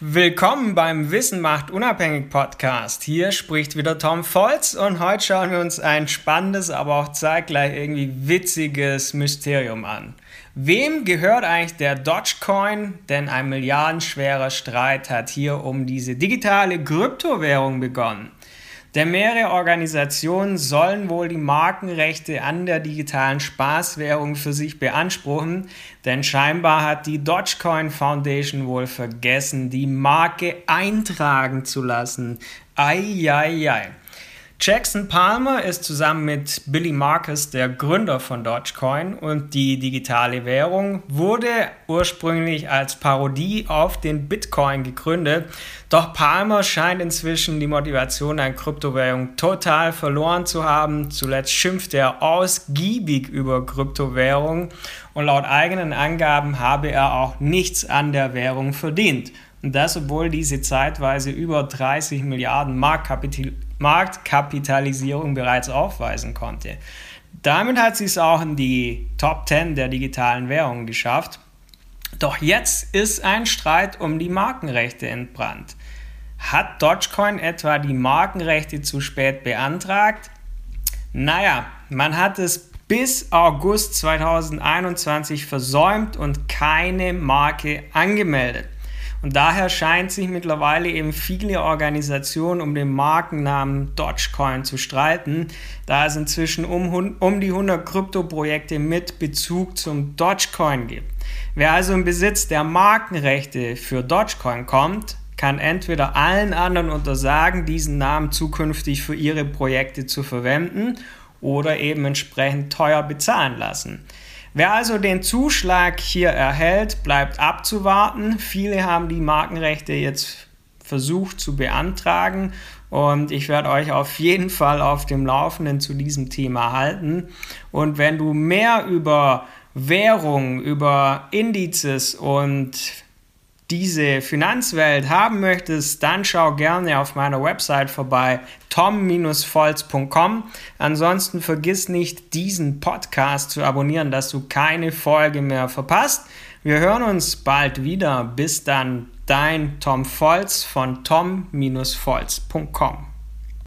Willkommen beim Wissen macht unabhängig Podcast. Hier spricht wieder Tom Volz und heute schauen wir uns ein spannendes, aber auch zeitgleich irgendwie witziges Mysterium an. Wem gehört eigentlich der Dogecoin? Denn ein milliardenschwerer Streit hat hier um diese digitale Kryptowährung begonnen. Denn mehrere Organisationen sollen wohl die Markenrechte an der digitalen Spaßwährung für sich beanspruchen, denn scheinbar hat die Dogecoin Foundation wohl vergessen, die Marke eintragen zu lassen. Eieiei. Jackson Palmer ist zusammen mit Billy Markus der Gründer von Dogecoin und die digitale Währung wurde ursprünglich als Parodie auf den Bitcoin gegründet. Doch Palmer scheint inzwischen die Motivation an Kryptowährung total verloren zu haben. Zuletzt schimpft er ausgiebig über Kryptowährung und laut eigenen Angaben habe er auch nichts an der Währung verdient. Und das, obwohl diese zeitweise über 30 Milliarden Marktkapitalisierung bereits aufweisen konnte. Damit hat sie es auch in die Top 10 der digitalen Währungen geschafft. Doch jetzt ist ein Streit um die Markenrechte entbrannt. Hat Dogecoin etwa die Markenrechte zu spät beantragt? Naja, man hat es bis August 2021 versäumt und keine Marke angemeldet. Und daher scheint sich mittlerweile eben viele Organisationen um den Markennamen Dogecoin zu streiten, da es inzwischen um die 100 Kryptoprojekte mit Bezug zum Dogecoin gibt. Wer also im Besitz der Markenrechte für Dogecoin kommt, kann entweder allen anderen untersagen, diesen Namen zukünftig für ihre Projekte zu verwenden oder eben entsprechend teuer bezahlen lassen. Wer also den Zuschlag hier erhält, bleibt abzuwarten. Viele haben die Markenrechte jetzt versucht zu beantragen und ich werde euch auf jeden Fall auf dem Laufenden zu diesem Thema halten. Und wenn du mehr über Währung, über Indizes und diese Finanzwelt haben möchtest, dann schau gerne auf meiner Website vorbei, tom-volz.com. Ansonsten vergiss nicht, diesen Podcast zu abonnieren, dass du keine Folge mehr verpasst. Wir hören uns bald wieder. Bis dann, dein Tom Volz von tom-volz.com.